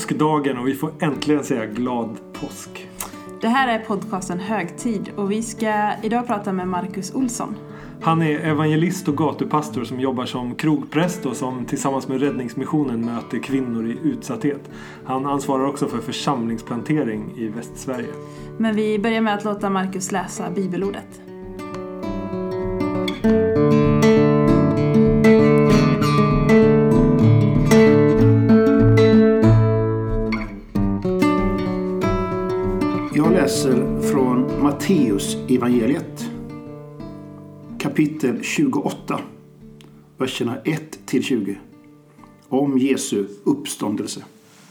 påskdagen och vi får äntligen säga glad påsk. Det här är podcasten Högtid och vi ska idag prata med Marcus Olsson. Han är evangelist och gatupastor som jobbar som krogpräst och som tillsammans med Räddningsmissionen möter kvinnor i utsatthet. Han ansvarar också för församlingsplantering i Västsverige. Men vi börjar med att låta Marcus läsa bibelordet. Jag läser från Matteus evangeliet, kapitel 28, verserna 1-20, om Jesu uppståndelse.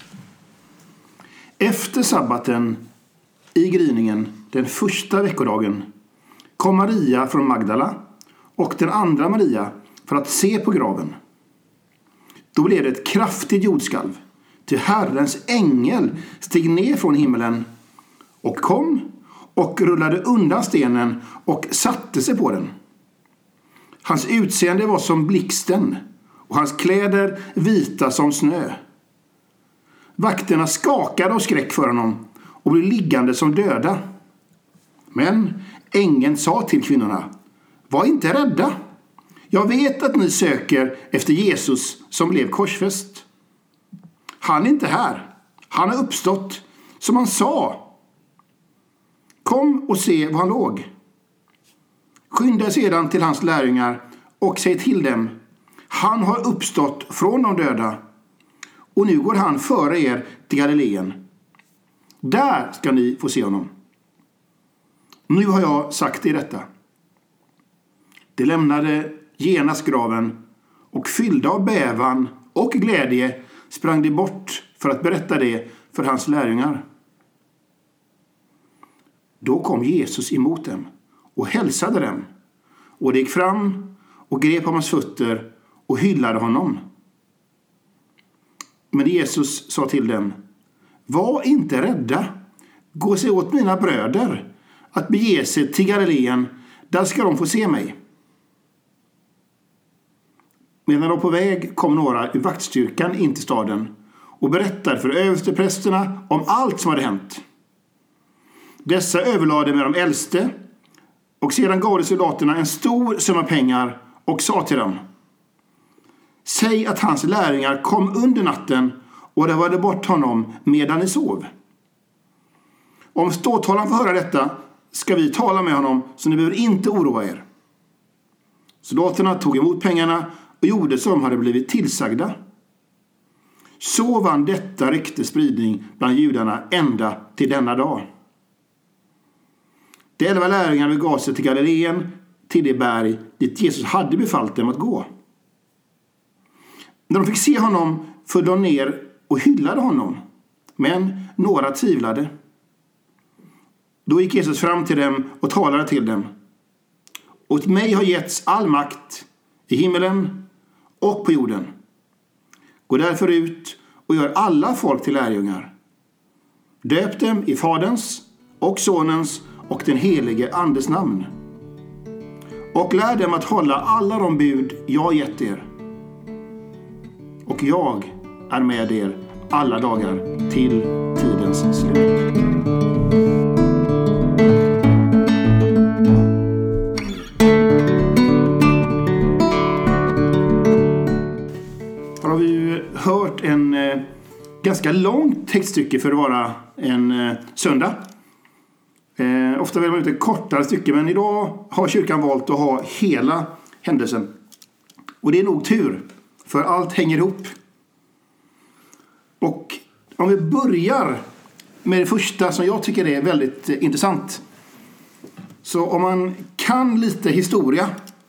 Efter sabbaten i gryningen, den första veckodagen, kom Maria från Magdala och den andra Maria för att se på graven. Då blev det ett kraftigt jordskalv, till Herrens ängel steg ner från himmelen och kom och rullade undan stenen och satte sig på den. Hans utseende var som blixten och hans kläder vita som snö. Vakterna skakade av skräck för honom och blev liggande som döda. Men ängeln sa till kvinnorna: var inte rädda. Jag vet att ni söker efter Jesus som blev korsfäst. Han är inte här. Han har uppstått som han sa. Kom och se var han låg. Skynda sedan till hans lärjungar och säg till dem: han har uppstått från de döda och nu går han före er till Galileen. Där ska ni få se honom. Nu har jag sagt er detta. De lämnade genast graven och fyllda av bävan och glädje sprang de bort för att berätta det för hans lärjungar. Då kom Jesus emot dem och hälsade dem, och de gick fram och grep om hans fötter och hyllade honom. Men Jesus sa till dem: var inte rädda. Gå se åt mina bröder att bege sig till Galileen, där ska de få se mig. Medan de på väg kom några ur vaktstyrkan in till staden och berättade för översteprästerna om allt som hade hänt. Dessa överlade med de äldste, och sedan gav de soldaterna en stor summa pengar och sa till dem: säg att hans lärjungar kom under natten och de förde bort honom medan ni sov. Om ståthållaren får höra detta ska vi tala med honom, så ni behöver inte oroa er. Soldaterna tog emot pengarna och gjorde som hade blivit tillsagda. Så vann detta rykte spridning bland judarna ända till denna dag. De 11 lärjungarna gav sig till Galileen, till det berg dit Jesus hade befallt dem att gå. När de fick se honom föll de ner och hyllade honom, men några tvivlade. Då gick Jesus fram till dem och talade till dem: åt mig har getts all makt i himmelen och på jorden. Gå därför ut och gör alla folk till lärjungar. Döp dem i Faderns och Sonens och den helige Andes namn. Och lär dem att hålla alla de bud jag gett er. Och jag är med er alla dagar till tidens slut. Här har vi ju hört en ganska långt textstycke för att vara en söndag. Ofta väljer man ut ett kortare stycke, men idag har kyrkan valt att ha hela händelsen. Och det är nog tur, för allt hänger ihop. Och om vi börjar med det första som jag tycker är väldigt intressant. Så om man kan lite historia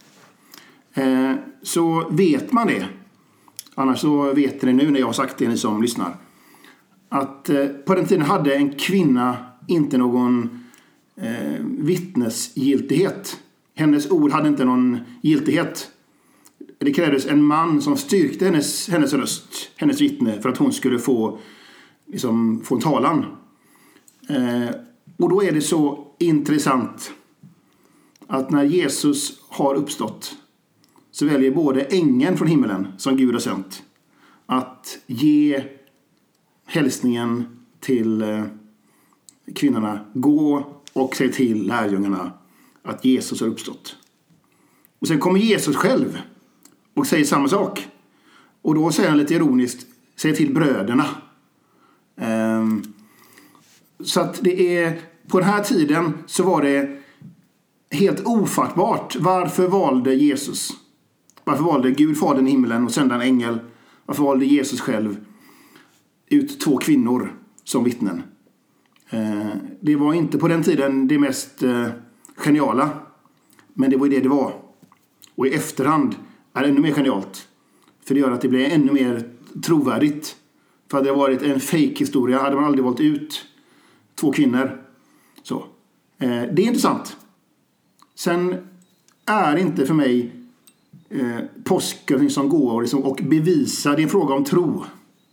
så vet man det. Annars så vet ni nu när jag har sagt det, ni som lyssnar. Att på den tiden hade en kvinna inte någon vittnesgiltighet. Hennes ord hade inte någon giltighet. Det krävdes en man som styrkte hennes röst, hennes vittne, för att hon skulle få en talan. Och då är det så intressant att när Jesus har uppstått så väljer både ängeln från himmelen som Gud har sänt att ge hälsningen till kvinnorna: gå och säg till lärjungarna att Jesus har uppstått. Och sen kommer Jesus själv och säger samma sak. Och då säger han lite ironiskt: säg till bröderna. Så att det är, på den här tiden så var det helt ofattbart. Varför valde Gud Fadern i himlen och sände en ängel? Varför valde Jesus själv ut 2 kvinnor som vittnen? Det var inte på den tiden det mest geniala, men det var det var. Och i efterhand är det ännu mer genialt, för det gör att det blir ännu mer trovärdigt. För hade det varit en fake-historia hade man aldrig valt ut 2 kvinnor. Så. Det är intressant. Sen är inte för mig påsken som går liksom, och bevisa. Det är en fråga om tro.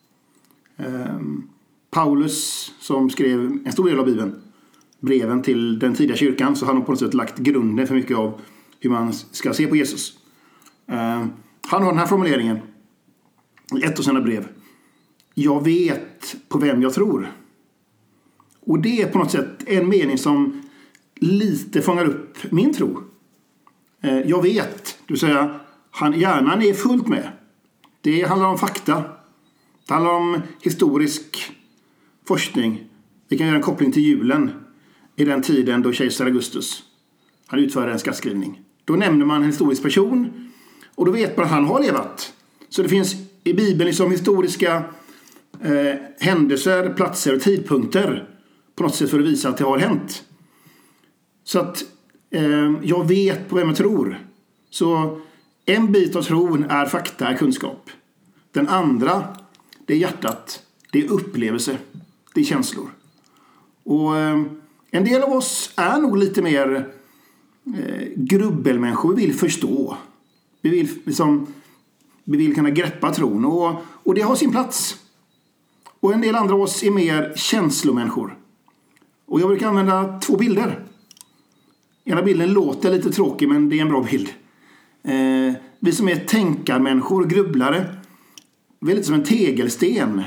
Paulus, som skrev en stor del av Bibeln, breven till den tidiga kyrkan, så han har på något sätt lagt grunden för mycket av hur man ska se på Jesus. Han har den här formuleringen i ett av sina brev: jag vet på vem jag tror. Och det är på något sätt en mening som lite fångar upp min tro. Jag vet, det vill säga, hjärnan är fullt med. Det handlar om fakta. Det handlar om historisk forskning. Vi kan göra en koppling till julen i den tiden då kejsar Augustus han utförde en skattskrivning. Då nämner man en historisk person och då vet man att han har levat. Så det finns i Bibeln liksom historiska händelser, platser och tidpunkter på något sätt för att visa att det har hänt. Så att jag vet på vem jag tror. Så en bit av tron är fakta, är kunskap. Den andra, det är hjärtat, det är upplevelse, det är känslor. Och en del av oss är nog lite mer grubbelmänniskor. Vi vill förstå. Vi vill kunna greppa tron. Och det har sin plats. Och en del andra av oss är mer känslomänniskor. Och jag brukar använda 2 bilder. Ena bilden låter lite tråkig, men det är en bra bild. Vi som är tänkarmänniskor, grubblare, vi är lite som en tegelsten.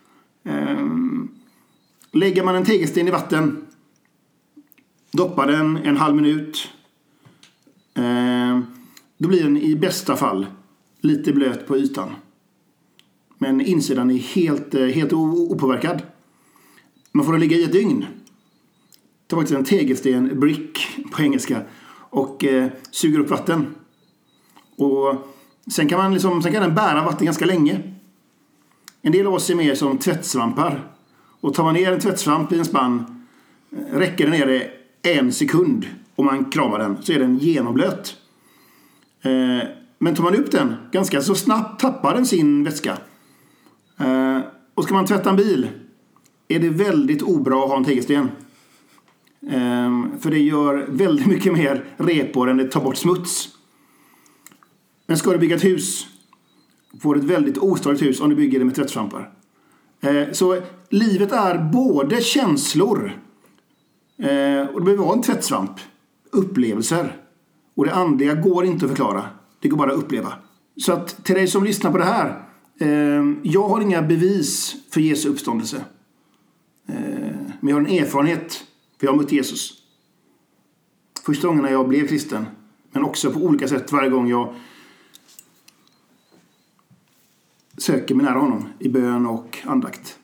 Lägger man en tegelsten i vatten, doppar den en halv minut, då blir den i bästa fall lite blöt på ytan. Men insidan är helt opåverkad. Man får den ligga i ett dygn. Ta faktiskt en tegelsten, brick på engelska, och suger upp vatten. Och sen kan den bära vatten ganska länge. En del av oss är mer som tvättsvampar. Och tar man ner en tvättsvamp i en spann, räcker den ner 1 sekund och man kramar den, så är den genomblöt. Men tar man upp den ganska så snabbt tappar den sin vätska. Och ska man tvätta en bil är det väldigt obra att ha en tegelsten. För det gör väldigt mycket mer repor än det tar bort smuts. Men ska du bygga ett hus, får ett väldigt ostadigt hus om du bygger det med tvättsvampar. Så livet är både känslor, och det behöver vara en tvättsvamp, upplevelser. Och det andliga går inte att förklara. Det går bara att uppleva. Så att till dig som lyssnar på det här, jag har inga bevis för Jesu uppståndelse. Men jag har en erfarenhet, för jag har mött Jesus. Första gången när jag blev kristen, men också på olika sätt varje gång jag söker mig nära honom i bön och andakt.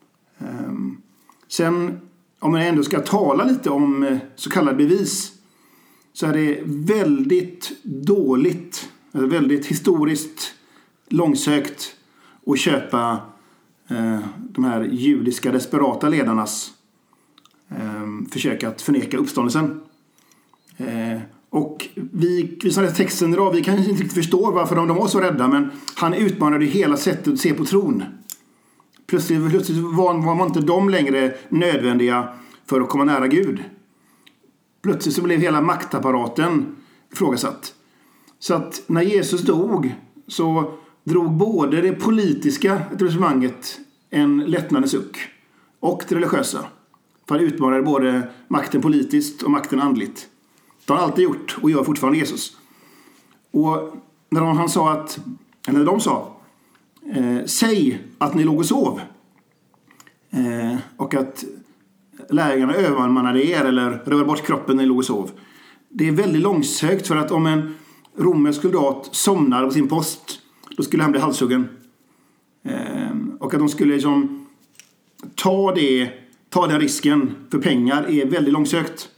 Sen, om jag ändå ska tala lite om så kallade bevis, så är det väldigt dåligt, väldigt historiskt långsökt att köpa de här judiska desperata ledarnas försök att förneka uppståndelsen. Och vi som läser texten idag, vi kan inte riktigt förstå varför de var så rädda, men han utmanade hela sättet att se på tron. Plötsligt var man inte de längre nödvändiga för att komma nära Gud. Plötsligt så blev hela maktapparaten ifrågasatt. Så att när Jesus dog så drog både det politiska etablissemanget en lättnadens suck och det religiösa. För han utmanade både makten politiskt och makten andligt. Det har han alltid gjort och gör fortfarande Jesus. Och när de sa säg att ni låg och sov. och att lärjungarna övermannade er eller rör bort kroppen när ni låg och sov. Det är väldigt långsökt, för att om en romersk soldat somnar på sin post, då skulle han bli halshuggen. Och att de skulle liksom ta den risken för pengar är väldigt långsökt.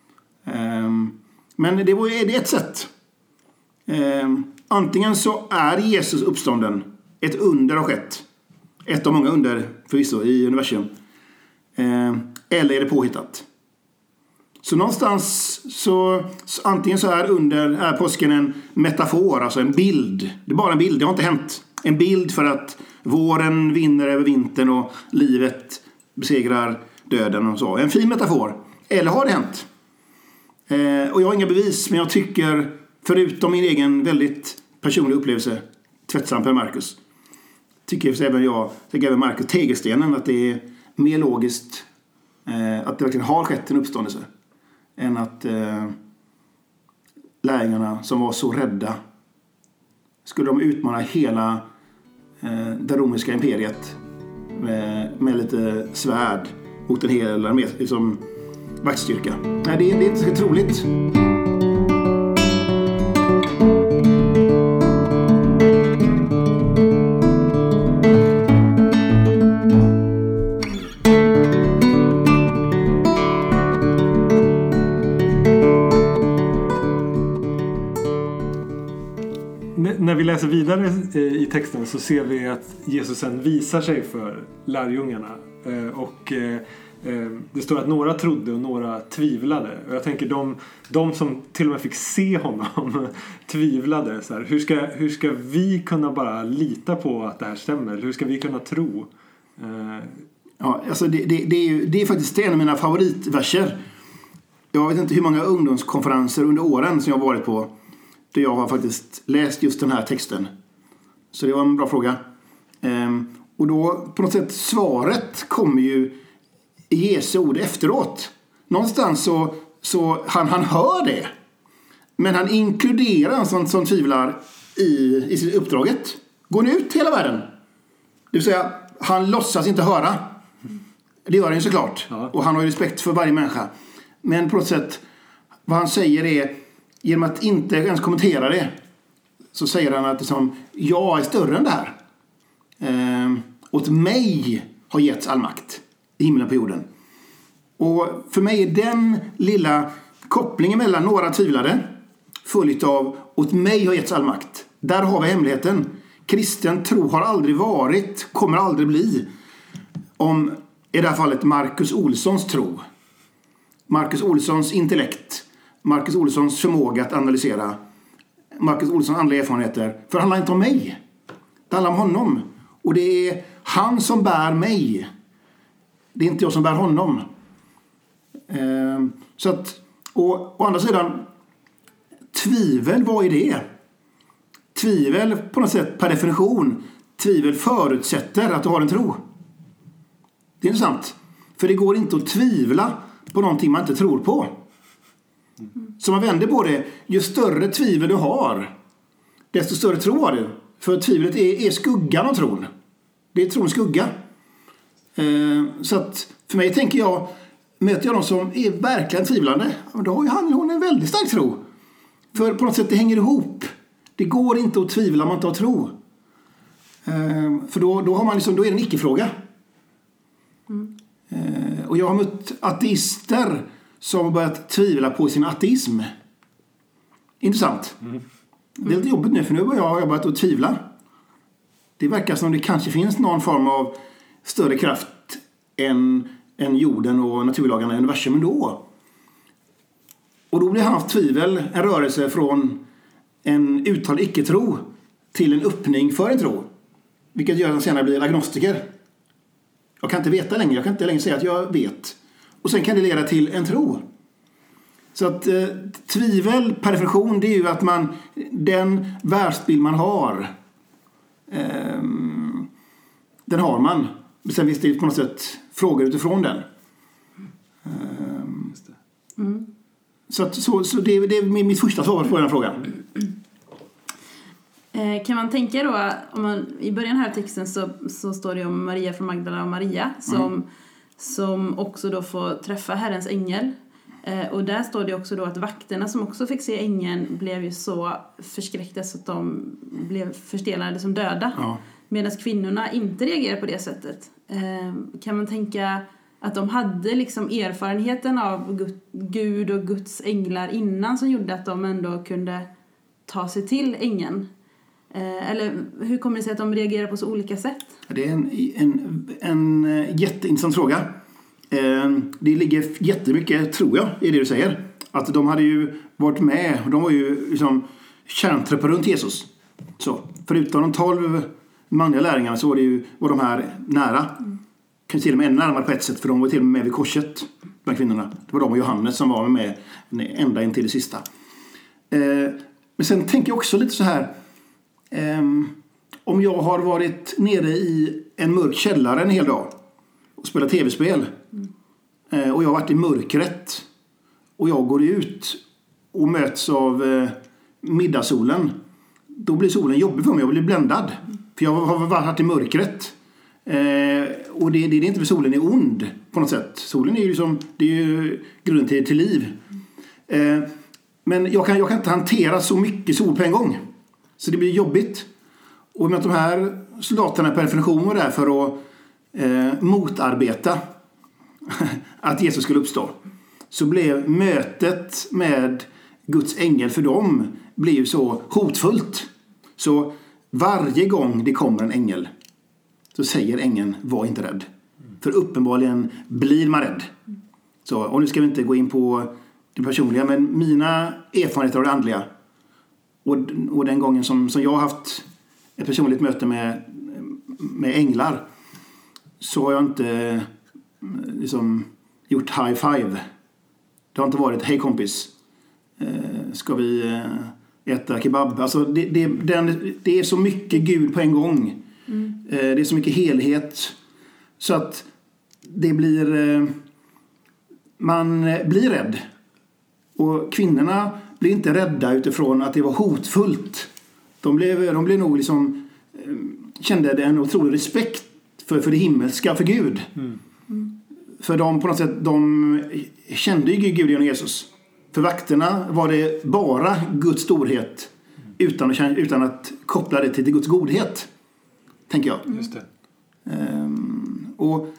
Men det är ett sätt. Antingen så är Jesus uppstånden, ett under har skett, ett av många under förvisso i universum, eller är det påhittat. Så någonstans så antingen så är påsken en metafor, alltså en bild. Det är bara en bild, det har inte hänt. En bild för att våren vinner över vintern och livet besegrar döden och så. En fin metafor. Eller har det hänt? Och jag har inga bevis, men jag tycker, förutom min egen väldigt personliga upplevelse, tvättsam Per Marcus, tycker även Marcus Tegelstenen att det är mer logiskt att det verkligen har skett en uppståndelse än att lärjungarna som var så rädda skulle de utmana hela det romerska imperiet med lite svärd mot en hel armé, liksom vaktstyrka. Nej, det är inte så troligt. När vi läser vidare i texten så ser vi att Jesus sen visar sig för lärjungarna. Och det står att några trodde och några tvivlade. Och jag tänker de som till och med fick se honom tvivlade. Så här, hur ska vi kunna bara lita på att det här stämmer? Hur ska vi kunna tro? Ja, alltså det är faktiskt en av mina favoritverser. Jag vet inte hur många ungdomskonferenser under åren som jag har varit på där jag har faktiskt läst just den här texten. Så det var en bra fråga. Och då på något sätt svaret kommer ju i Jesu ord efteråt. Någonstans så han hör det. Men han inkluderar en sån som tvivlar i sitt uppdraget. Går ni ut hela världen? Det vill säga, han låtsas inte höra. Det gör han ju såklart. Ja. Och han har ju respekt för varje människa. Men på något sätt, vad han säger är, genom att inte ens kommentera det, så säger han att liksom, jag är större än det här. Åt mig har getts all makt i himlen på jorden. Och för mig är den lilla kopplingen mellan några tvivlare följt av åt mig har getts all makt. Där har vi hemligheten. Kristen tro har aldrig varit, kommer aldrig bli, om i det här fallet Marcus Olssons tro. Marcus Olssons intellekt. Marcus Olssons förmåga att analysera. Marcus Olssons andliga erfarenheter. För det handlar inte om mig. Det handlar om honom. Och det är han som bär mig. Det är inte jag som bär honom. Så att, och å andra sidan, tvivel, vad är det? Tvivel på något sätt per definition. Tvivel förutsätter att du har en tro. Det är intressant. För det går inte att tvivla på någonting man inte tror på. Så man vänder på det. Ju större tvivel du har, desto större tro har du. För tvivlet är skuggan av tron. Det är trons skugga. Så att för mig tänker jag, möter jag någon som är verkligen tvivlande, då har ju han eller hon en väldigt stark tro. För på något sätt det hänger ihop. Det går inte att tvivla om man inte har tro. För då har man liksom, då är det en icke-fråga. Och jag har mött ateister som har börjat tvivla på sin ateism. Intressant. Det är lite jobbigt nu, för nu har jag börjat att tvivla. Det verkar som det kanske finns någon form av större kraft än jorden och naturlagarna i universum ändå. Och då blir hans tvivel en rörelse från en uttalad icke-tro till en öppning för en tro. Vilket gör att han senare blir agnostiker. Jag kan inte veta längre. Jag kan inte längre säga att jag vet. Och sen kan det leda till en tro. Så att tvivel per definition, det är ju att man, den världsbild man har, den har man. Sen finns det på något sätt frågor utifrån den. Mm. Så det är mitt första svar på den här frågan. Kan man tänka då, i början här av texten så står det om Maria från Magdala och Maria som också då får träffa Herrens ängel. Och där står det också då att vakterna som också fick se ängeln blev ju så förskräckta så att de blev förstelade som döda. Ja. Medan kvinnorna inte reagerar på det sättet. Kan man tänka att de hade liksom erfarenheten av Gud och Guds änglar innan som gjorde att de ändå kunde ta sig till ängeln? Eller hur kommer det sig att de reagerar på så olika sätt? Det är en jätteintressant fråga. Det ligger jättemycket, tror jag, i det du säger. Att de hade ju varit med, de var ju liksom kärntrupper runt Jesus. Så, förutom de 12 manliga lärjungarna så var de här nära. Kanske till och med ännu närmare på ett sätt, för de var till och med vid korset, bland kvinnorna. Det var de och Johannes som var med ända in till det sista. Men sen tänker jag också lite så här. Om jag har varit nere i en mörk källare en hel dag och spelat tv-spel och jag har varit i mörkret och jag går ut och möts av middagssolen, då blir solen jobbig för mig. Jag blir bländad för jag har varit i mörkret. Och det är inte för solen är ond på något sätt. Solen är ju liksom, det är ju grunden till liv. Men jag kan inte hantera så mycket sol på en gång. Så det blir jobbigt. Och med att de här soldaterna per definition var där för att motarbeta att Jesus skulle uppstå, så blev mötet med Guds ängel för dem blev ju så hotfullt. Så varje gång det kommer en ängel så säger ängeln, var inte rädd. För uppenbarligen blir man rädd. Så, och nu ska vi inte gå in på det personliga, men mina erfarenheter av det andliga och den gången som jag har haft ett personligt möte med änglar, så har jag inte liksom gjort high five. Det har inte varit, hej kompis, ska vi äta kebab? Alltså det är så mycket Gud på en gång. Det är så mycket helhet så att det blir man blir rädd. Och kvinnorna blir inte rädda utifrån att det var hotfullt. De blev nog liksom kände en otrolig respekt för det himmelska, för Gud. För de på något sätt, de kände ju Gud genom Jesus. För vakterna var det bara Guds storhet utan att koppla det till Guds godhet, tänker jag. Just det. Och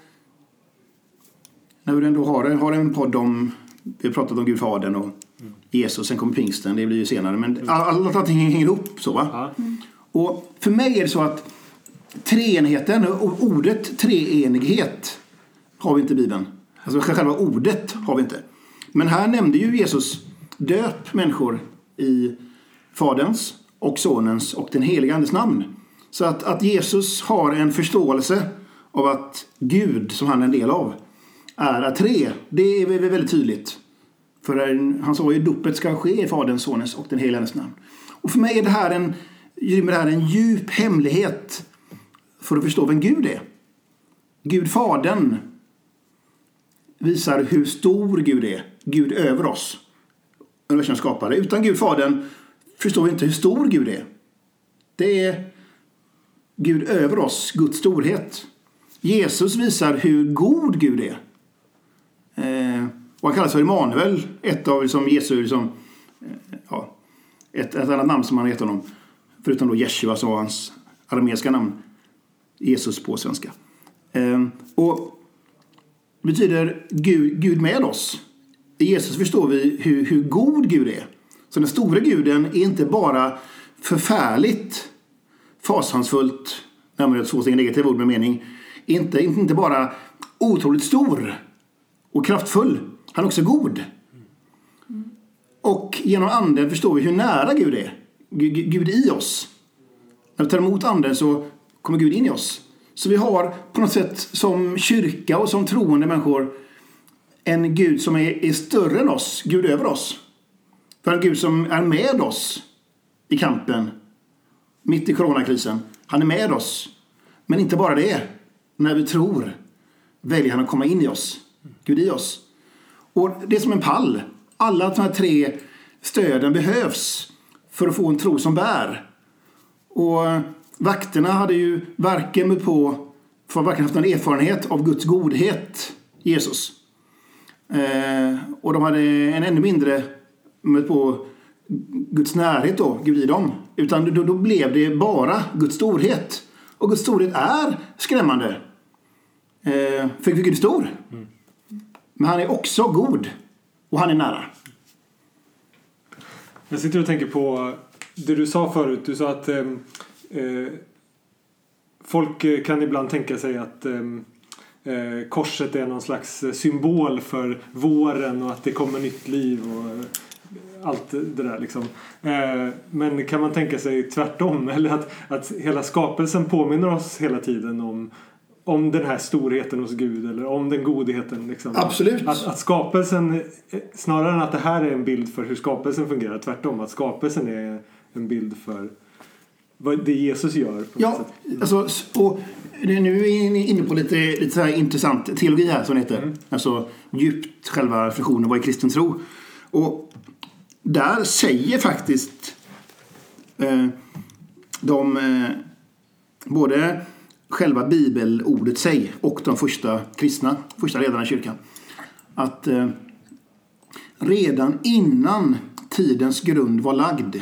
när vi ändå har en podd om, vi har pratat om Gud Fadern och Jesus, sen kommer pingsten, det blir ju senare, men allting hänger ihop så, va? Och för mig är det så att treenigheten och ordet treenighet har vi inte i Bibeln. Alltså själva ordet har vi inte. Men här nämnde ju Jesus döp människor i Faderns och Sonens och den heliga Andes namn. Så att Jesus har en förståelse av att Gud, som han är en del av, är tre. Det är väldigt tydligt. För han sa ju dopet ska ske i Faderns, Sonens och den heliga Andes namn. Och för mig är det här en djup hemlighet för att förstå vem Gud är. Gud Fadern visar hur stor Gud är. Gud över oss. Universum skapare. Utan Gud Fadern förstår vi inte hur stor Gud är. Det är Gud över oss, Guds storhet. Jesus visar hur god Gud är. Och han kallas för Immanuel. Ett av liksom Jesu ett annat namn som han heter honom. Förutom då Jeshua, som var hans arameiska namn. Jesus på svenska. Och det betyder Gud med oss. I Jesus förstår vi hur god Gud är. Så den stora guden är inte bara förfärligt fasansfullt, nämligen två stycken negativa ord med mening, inte bara otroligt stor och kraftfull, han är också god. Och genom anden förstår vi hur nära Gud är. Gud i oss. När vi tar emot anden så kommer Gud in i oss. Så vi har på något sätt som kyrka och som troende människor en Gud som är större än oss, Gud över oss. För en Gud som är med oss i kampen mitt i coronakrisen. Han är med oss. Men inte bara det. När vi tror väljer han att komma in i oss. Gud i oss. Och det är som en pall. Alla de här tre stöden behövs för att få en tro som bär. Och vakterna hade ju varken haft någon erfarenhet av Guds godhet, Jesus. Och de hade en ännu mindre mött på Guds närhet då, Gud i dem. Utan då blev det bara Guds storhet. Och Guds storhet är skrämmande. För Gud är stor. Men han är också god. Och han är nära. Jag sitter och tänker på det du sa förut. Du sa att folk kan ibland tänka sig att korset är någon slags symbol för våren och att det kommer nytt liv och allt det där liksom. Men kan man tänka sig tvärtom? Eller att hela skapelsen påminner oss hela tiden om den här storheten hos Gud eller om den godheten liksom. Absolut. Att skapelsen, snarare än att det här är en bild för hur skapelsen fungerar, tvärtom, att skapelsen är en bild för vad det Jesus gör på ja, sätt. Alltså, och nu är vi inne på lite så här intressant teologi här som heter. Alltså djupt själva reflektionen, vad är kristen tro? Och där säger faktiskt både själva bibelordet sig och de första ledarna i kyrkan att redan innan tidens grund var lagd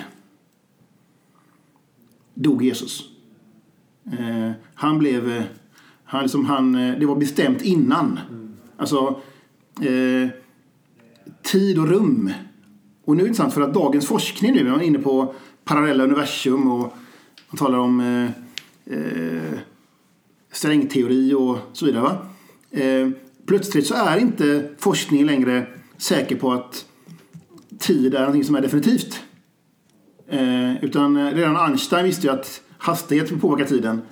dog Jesus. Det var bestämt innan. Alltså tid och rum. Och nu är det intressant för att dagens forskning nu, man är inne på parallella universum och man talar om strängteori och så vidare. Va? Plötsligt så är inte forskningen längre säker på att tid är någonting som är definitivt. Utan redan Einstein visste ju att hastighet påverkar tiden.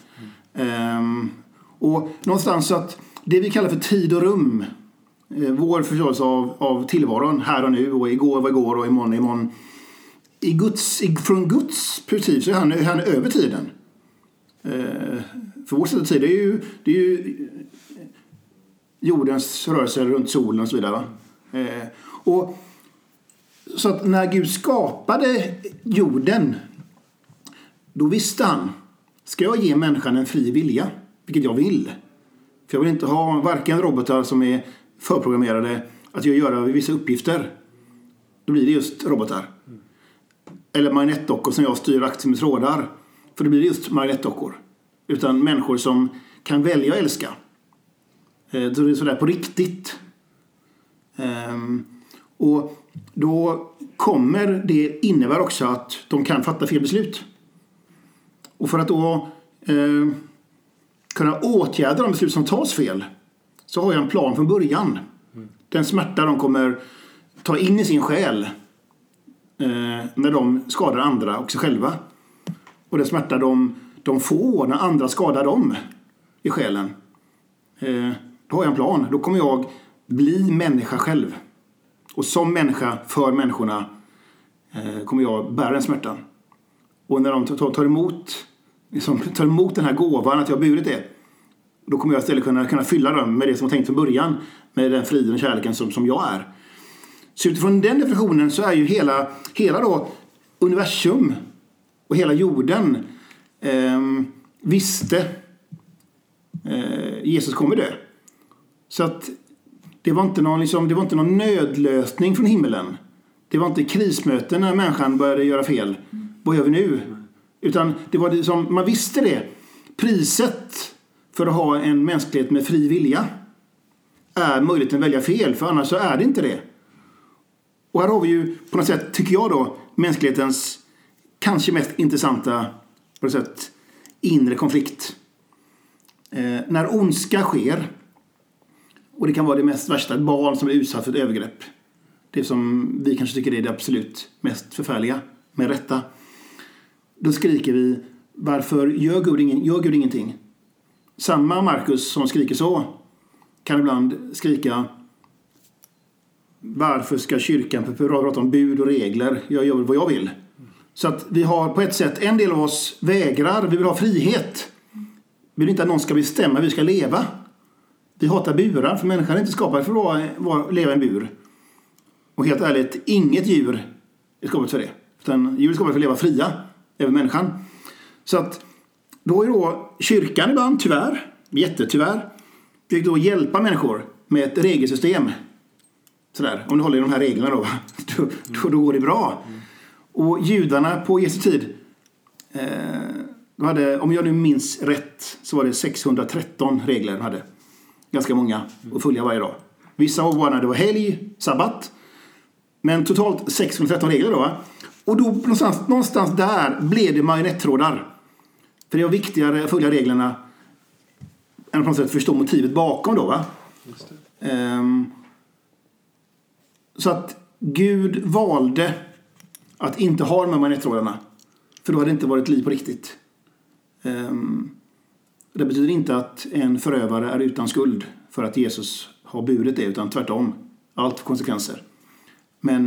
Och någonstans så att det vi kallar för tid och rum, vår förståelse av tillvaron här och nu och igår var igår och imorgon. Från Guds perspektiv så är han över tiden. För vår sätt av tid det är ju jordens rörelse runt solen och så vidare. Va? Och så att när Gud skapade jorden, då visste han, ska jag ge människan en fri vilja, vilket jag vill. För jag vill inte ha varken robotar som är förprogrammerade att göra vissa uppgifter. Då blir det just robotar. Eller marionettdockor som jag styr aktivt med trådar. För då blir det just marionettdockor. Utan människor som kan välja att älska. Så det är sådär på riktigt. Och då kommer det innebära också att de kan fatta fel beslut. Och för att då kunna åtgärda de beslut som tas fel, så har jag en plan från början. Den smärta de kommer ta in i sin själ när de skadar andra och sig själva. Och den smärta de får när andra skadar dem i själen. Då har jag en plan. Då kommer jag bli människa själv. Och som människa för människorna kommer jag bära den smärtan. Och när de tar emot den här gåvan att jag har burit det, då kommer jag istället kunna fylla dem med det som var tänkt från början, med den friden och kärleken som jag är. Så utifrån den definitionen så är ju hela då universum och hela jorden visste Jesus kommer dö. Så att det var inte någon nödlösning från himmelen. Det var inte krismöten när människan började göra fel. Vad gör vi nu? Utan det var det som man visste det. Priset för att ha en mänsklighet med fri vilja är möjligheten att välja fel, för annars så är det inte det. Och här har vi ju på något sätt, tycker jag då, mänsklighetens kanske mest intressanta på något sätt inre konflikt. När ondska sker, och det kan vara det mest värsta, ett barn som är utsatt för ett övergrepp. Det som vi kanske tycker är det absolut mest förfärliga, med rätta. Då skriker vi, varför gör Gud ingenting? Samma Markus som skriker så kan ibland skrika, varför ska kyrkan prata om bud och regler? Jag gör vad jag vill. Så att vi har på ett sätt, en del av oss vägrar, vi vill ha frihet. Vi vill inte att någon ska bestämma hur vi ska leva. Vi hatar burar, för människan är inte skapad för att leva i en bur. Och helt ärligt, inget djur är skapat för det. Utan djur är skapat för att leva fria, även människan. Så att då är då kyrkan ibland, tyvärr, jättetyvärr, fick då hjälpa människor med ett regelsystem. Sådär, om du håller i de här reglerna då går det bra. Och judarna på Jesu tid, de hade, om jag nu minns rätt, så var det 613 regler de hade. Ganska många att följa varje dag. Vissa var när det var helg, sabbat. Men totalt 613 regler då. Och då någonstans där blev det marionettrådar. För det var viktigare att följa reglerna än att på något sätt förstå motivet bakom då, va? Just det. Så att Gud valde att inte ha de här marionettrådarna. För då hade det inte varit liv på riktigt. Det betyder inte att en förövare är utan skuld för att Jesus har burit det, utan tvärtom. Allt för konsekvenser. Men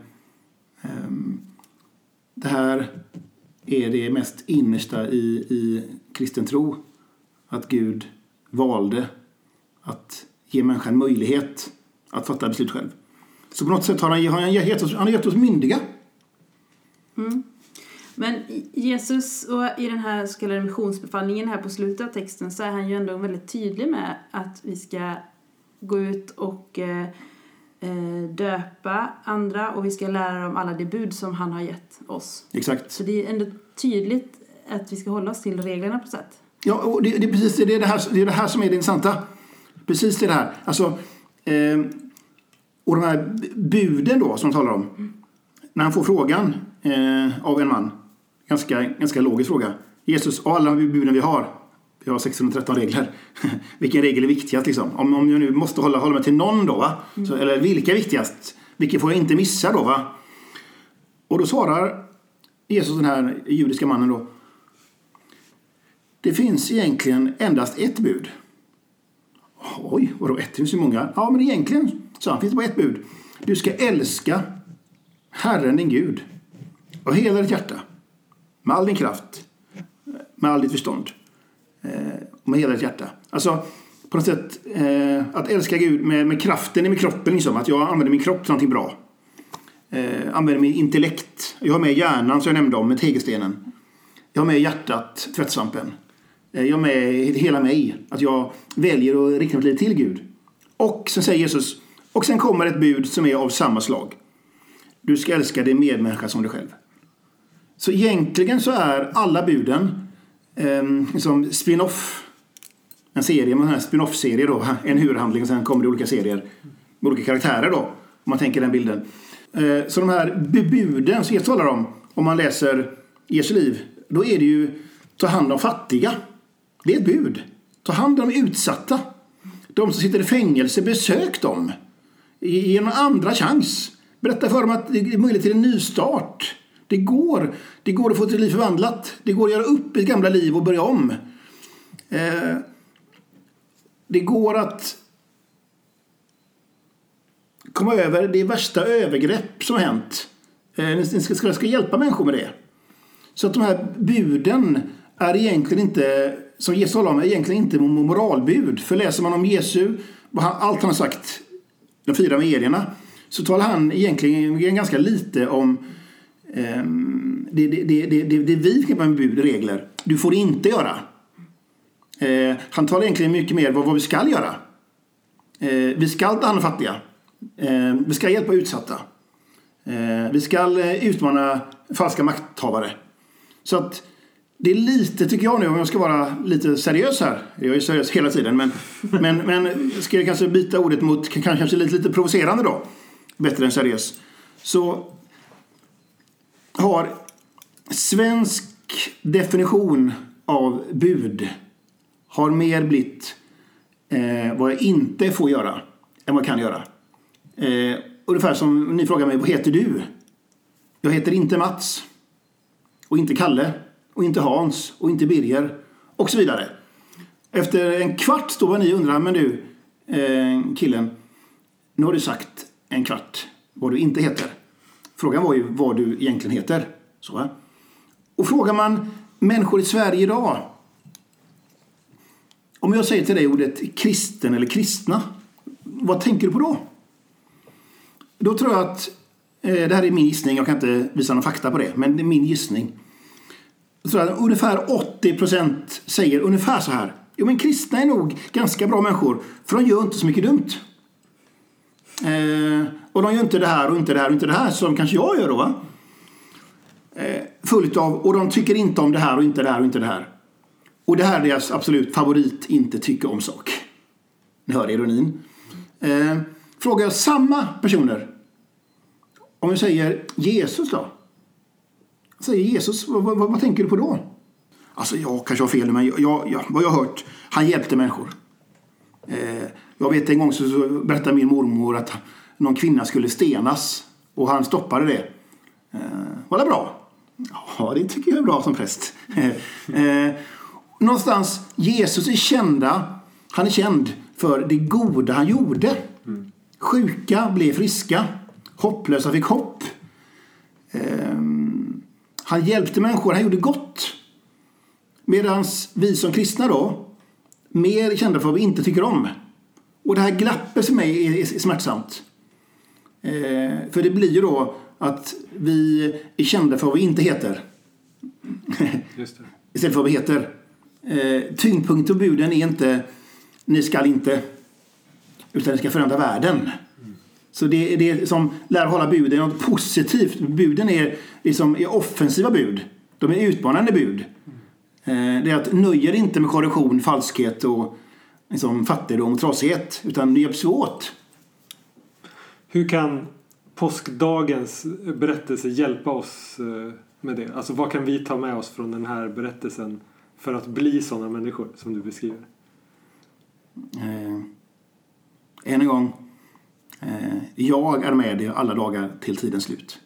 det här är det mest innersta i kristen tro. Att Gud valde att ge människan möjlighet att fatta beslut själv. Så på något sätt har han gett oss myndiga. Mm. Men Jesus, och i den här så kallade missionsbefallningen här på slutet av texten, så är han ju ändå väldigt tydlig med att vi ska gå ut och döpa andra, och vi ska lära dem alla de bud som han har gett oss. Exakt. Så det är ändå tydligt att vi ska hålla oss till reglerna på sätt. Ja, och det är precis det är det här som är det intressanta. Precis det här. Alltså, och de här buden då som de talar om. När han får frågan av en man, ganska logisk fråga. Jesus, och alla buden vi har 613 regler. Vilken regel är viktigast liksom? Om jag nu måste hålla mig till någon då, va? Så, eller vilka är viktigast? Vilken får jag inte missa då, va? Och då svarar Jesus, den här judiska mannen då: det finns egentligen endast ett bud. Oj, vadå ett? Det finns ju många. Ja, men egentligen så finns det bara ett bud. Du ska älska Herren din Gud och hela ditt hjärta, med all din kraft, med all ditt förstånd, med hela ditt hjärta. Alltså på något sätt att älska Gud med kraften i min kroppen, liksom. Att jag använder min kropp till någonting bra. Använder min intellekt. Jag har med hjärnan, som jag nämnde om, med tegelstenen. Jag har med hjärtat, tvättsvampen. Jag har med hela mig. Att jag väljer att rikta mitt liv till Gud. Och sen säger Jesus, och sen kommer ett bud som är av samma slag. Du ska älska din medmänniska som dig själv. Så egentligen så är alla buden liksom spin-off. En serie med en spin-off-serie då. En huvudhandling, och sen kommer det olika serier med olika karaktärer då. Om man tänker den bilden. Så de här buden som jag talar om man läser Jesu liv, då är det ju ta hand om fattiga. Det är ett bud. Ta hand om utsatta. De som sitter i fängelse, besök dem. Ge en andra chans. Berätta för dem att det är möjligt till en ny start. Det går att få sitt liv förvandlat. Det går att göra upp ett gamla liv och börja om. Det går att komma över det värsta övergrepp som har hänt. Ni ska hjälpa människor med det. Så att de här buden är egentligen inte, som Jesus talar om, är egentligen inte moralbud. För läser man om Jesu, allt han har sagt, de 4 evangelierna, så talar han egentligen ganska lite om det vi kan med bud och regler. Du får inte göra. Han talar egentligen mycket mer vad vi ska göra. Vi ska ta hand om fattiga. Vi ska hjälpa utsatta. Vi ska utmana falska makthavare. Så att det är lite, tycker jag nu, om jag ska vara lite seriös här. Jag är seriös hela tiden, men ska jag kanske byta ordet mot kanske lite provocerande då. Bättre än seriös. Så har svensk definition av bud har mer blivit vad jag inte får göra än vad jag kan göra. Ungefär som ni frågar mig, vad heter du? Jag heter inte Mats. Och inte Kalle. Och inte Hans. Och inte Birger. Och så vidare. Efter en kvart står vad ni undrar, men du, killen, nu har du sagt en kvart vad du inte heter. Frågan var ju vad du egentligen heter. Så. Och frågar man människor i Sverige idag, om jag säger till dig ordet kristen eller kristna, vad tänker du på då? Då tror jag att, det här är min gissning, jag kan inte visa någon fakta på det, men det är min gissning. så att ungefär 80% säger ungefär så här. Jo, men kristna är nog ganska bra människor, för de gör inte så mycket dumt. Och de gör inte det här och inte det här och inte det här som kanske jag gör då, va? Fullt av, och de tycker inte om det här och inte det här och inte det här. Och det här är deras absolut favorit, inte tycka om sak. Ni hör ironin. Frågar jag samma personer, om jag säger Jesus då? Säger Jesus, vad tänker du på då? Alltså jag kanske har fel, men vad jag har hört, han hjälpte människor. Jag vet en gång så berättade min mormor att någon kvinna skulle stenas och han stoppade det. Var det bra? Ja, det tycker jag är bra som präst. Någonstans, Jesus han är känd för det goda han gjorde. Sjuka blev friska, hopplösa fick hopp. Han hjälpte människor, han gjorde gott. Medan vi som kristna då mer kända för vad vi inte tycker om. Och det här glappet för mig är smärtsamt. För det blir ju då att vi är kända för vad vi inte heter. Just det. Istället för vad vi heter. Tyngdpunkt och buden är inte ni ska inte, utan ni ska förändra världen. Så det är som lär hålla buden är något positivt. Buden är offensiva bud. De är utmanande bud. Det är att nöjer inte med korruption, falskhet och fattigdom och trasighet, utan det hjälps åt. Hur kan påskdagens berättelse hjälpa oss med det? Alltså vad kan vi ta med oss från den här berättelsen för att bli sådana människor som du beskriver? Än en gång. Jag är med dig alla dagar till tidens slut.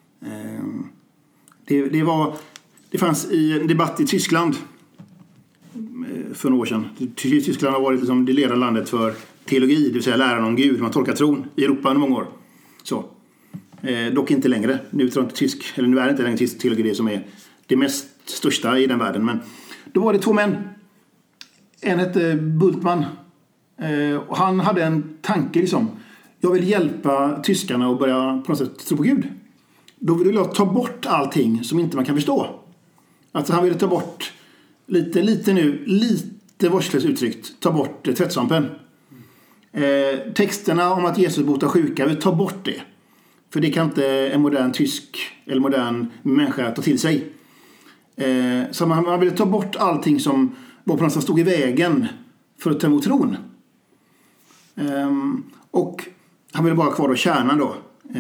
Det fanns i en debatt i Tyskland för några år sedan. Tyskland har varit det ledande landet för teologi, det vill säga läran om Gud, man tolkar tron i Europa under många år. Så. Dock inte längre. Nu är det inte längre tysk teologi det som är det mest största i den världen. Men då var det 2 män. En hette Bultmann. Och han hade en tanke jag vill hjälpa tyskarna att börja på något sätt tro på Gud. Då vill jag ta bort allting som inte man kan förstå. Alltså han ville ta bort lite vårdslöst uttryckt, ta bort tvättsvampen. Texterna om att Jesus botar sjuka, vill ta bort det. För det kan inte en modern tysk eller modern människa ta till sig. Så man ville ta bort allting som var på något sätt stod i vägen för att ta emot tron. Och han ville bara kvar då kärnan då.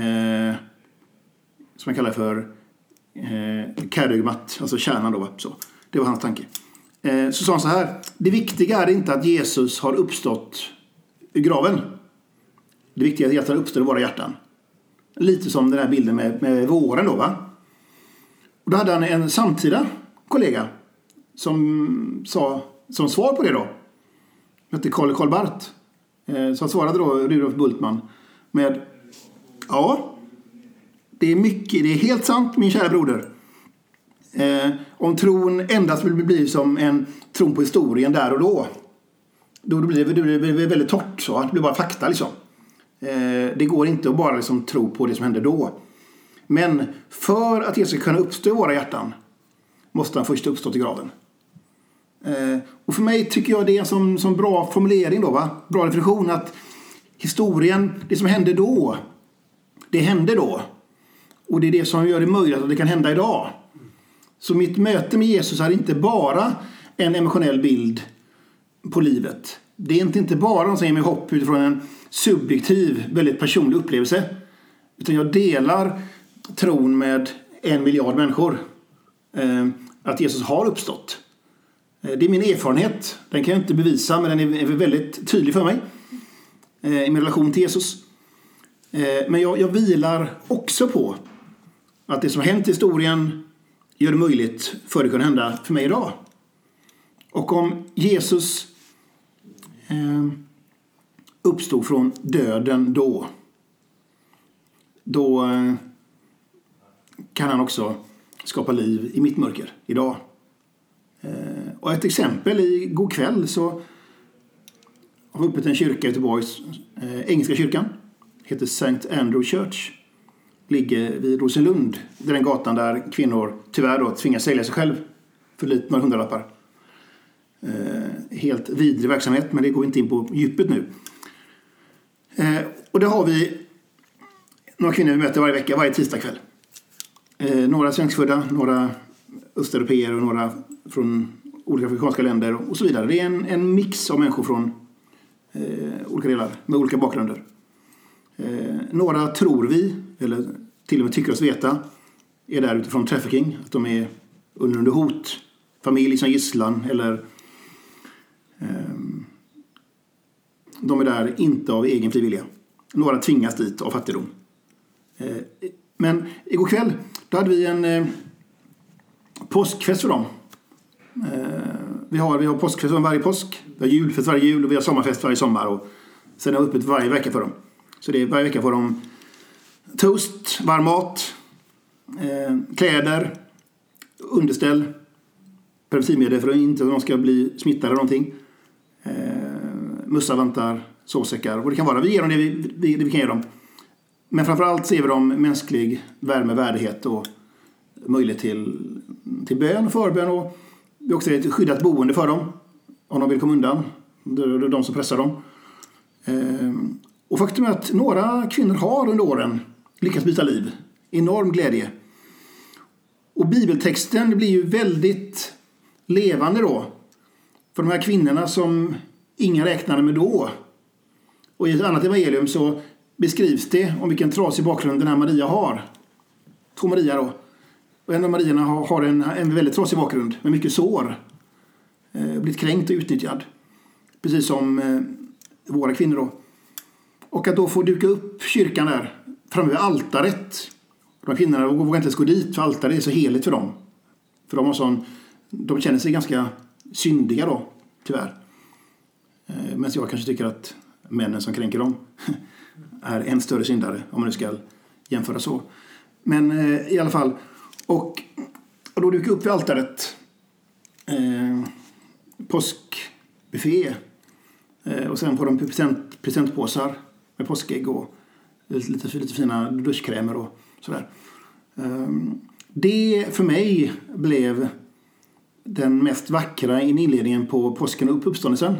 Som man kallar för kärrygmatt, alltså kärnan då. Så. Det var hans tanke. Så sa han så här: det viktiga är inte att Jesus har uppstått i graven. Det viktiga är att han uppstår i våra hjärtan. Lite som den här bilden med våren då, va? Och då hade han en samtida kollega som sa som svar på det då. Hette Karl Barth. Så svarade då Rudolf Bultmann med: ja, det är helt sant, min kära broder. Om tron endast vill bli som en tron på historien där och då blir det väldigt torrt så. Det blir bara fakta det går inte att bara tro på det som hände då. Men för att Jesus ska kunna uppstå i våra hjärtan måste han först uppstå till graven. Och för mig tycker jag det är en sån bra formulering då, va? Bra reflektion att historien, det som hände då, det hände då. Och det är det som gör det möjligt att det kan hända idag. Så mitt möte med Jesus är inte bara en emotionell bild på livet. Det är inte bara någon som ger mig hopp utifrån en subjektiv, väldigt personlig upplevelse. Utan jag delar tron med 1 miljard människor. Att Jesus har uppstått. Det är min erfarenhet. Den kan jag inte bevisa, men den är väldigt tydlig för mig. I min relation till Jesus. Men jag vilar också på att det som har hänt i historien gör det möjligt för det att kunna hända för mig idag. Och om Jesus uppstod från döden då kan han också skapa liv i mitt mörker idag. Och ett exempel i god kväll så har vi uppe till en kyrka i Göteborgs engelska kyrkan. Heter St. Andrew Church. Ligger vid Rosenlund. Det är den gatan där kvinnor tyvärr då tvingas sälja sig själv för lite några hundralappar. Helt vidrig verksamhet, men det går inte in på djupet nu. Och det har vi några kvinnor vi möter varje vecka, varje tisdagkväll. Några svenskfödda, några östeuropeer och några från olika afrikanska länder och så vidare. Det är en mix av människor från olika delar med olika bakgrunder. Några tror vi, eller till och med tycker oss veta, är där utifrån trafficking, att de är under hot, familj som gisslan, eller de är där inte av egen frivilliga. Några tvingas dit av fattigdom. Men igår kväll då hade vi en påskfest för dem. Vi har påskfest varje påsk, vi har julfest varje jul och vi har sommarfest varje sommar, och sen är det öppet varje vecka för dem. Så det är varje vecka får de toast, varm mat, kläder, underställ, preventivmedel för att inte de ska bli smittade eller någonting, mussavantar, sovsäckar, och det kan vara. Vi ger dem det vi kan ge dem. Men framförallt ser vi dem mänsklig värme, värdighet och möjlighet till bön och förbön, och vi också ett skyddat boende för dem om de vill komma undan. Det är de som pressar dem. Och faktum är att några kvinnor har under åren lyckats byta liv. Enorm glädje. Och bibeltexten blir ju väldigt levande då. För de här kvinnorna som ingen räknade med då. Och i ett annat evangelium så beskrivs det om vilken trasig bakgrund den här Maria har. 2 Maria då. Och en av Marierna har en väldigt trasig bakgrund med mycket sår. Blivit kränkt och utnyttjad. Precis som våra kvinnor då. Och att då få duka upp kyrkan där framme vid altaret. De kvinnorna vågar inte ens gå dit, för altaret är så heligt för dem. För de känner sig ganska syndiga då, tyvärr. Men jag kanske tycker att männen som kränker dem är en större syndare, om man nu ska jämföra så. Men i alla fall. Och då dyker upp vid altaret påskbuffé. Och sen får de presentpåsar med påskägg och lite fina duschkrämer och sådär. Det för mig blev den mest vackra inledningen på påsken och uppståndelsen.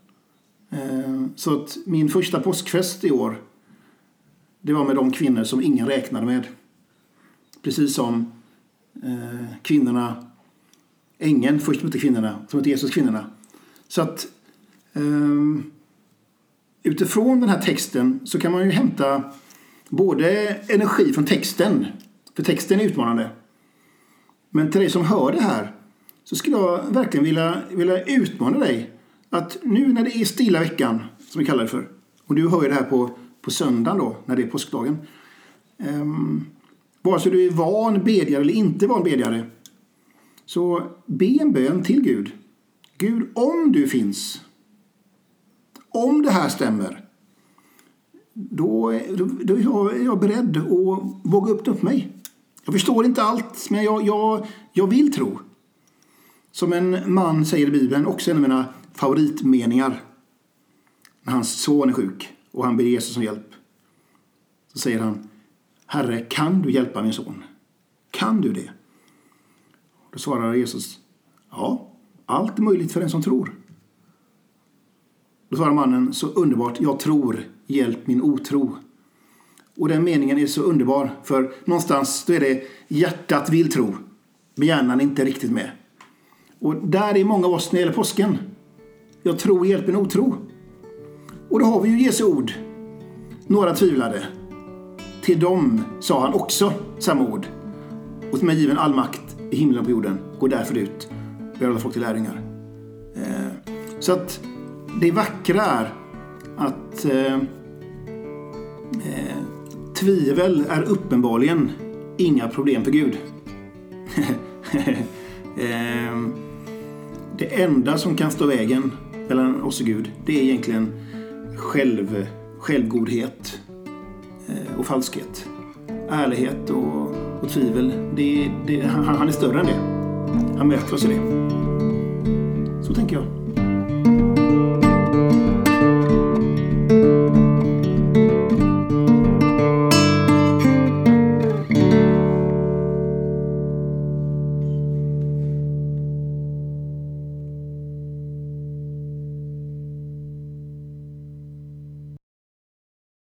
Så att min första påskfest i år, det var med de kvinnor som ingen räknade med. Precis som kvinnorna, ängeln först mötte kvinnorna, som mötte Jesus kvinnorna. Så att utifrån den här texten så kan man ju hämta både energi från texten, för texten är utmanande. Men till dig som hör det här så skulle jag verkligen vilja utmana dig att nu när det är stilla veckan, som vi kallar det för, och du hör det här på söndagen då, när det är påskdagen, vare sig du är van bedjare eller inte van bedjare, så be en bön till Gud. Gud, om du finns, om det här stämmer, då är jag beredd att våga upp mig. Jag förstår inte allt, men jag vill tro. Som en man säger i Bibeln, också en av mina favoritmeningar. När hans son är sjuk och han ber Jesus om hjälp, så säger han: Herre, kan du hjälpa min son? Kan du det? Då svarar Jesus: ja, allt är möjligt för den som tror. Då svarar mannen så underbart: jag tror, hjälp min otro. Och den meningen är så underbar, för någonstans då är det hjärtat vill tro, men hjärnan är inte riktigt med. Och där är många av oss när det gäller påsken. Jag tror, hjälp min otro. Och då har vi ju Jesu ord. Några tvivlade. Till dem sa han också samma ord: och till mig given all makt i himlen och på jorden. Gå därför ut och gör alla folk till lärjungar. Så att det vackra är att tvivel är uppenbarligen inga problem för Gud. Det enda som kan stå vägen mellan oss och Gud, det är egentligen självgodhet och falskhet. Ärlighet och tvivel, han är större än det. Han möter oss i det. Så tänker jag.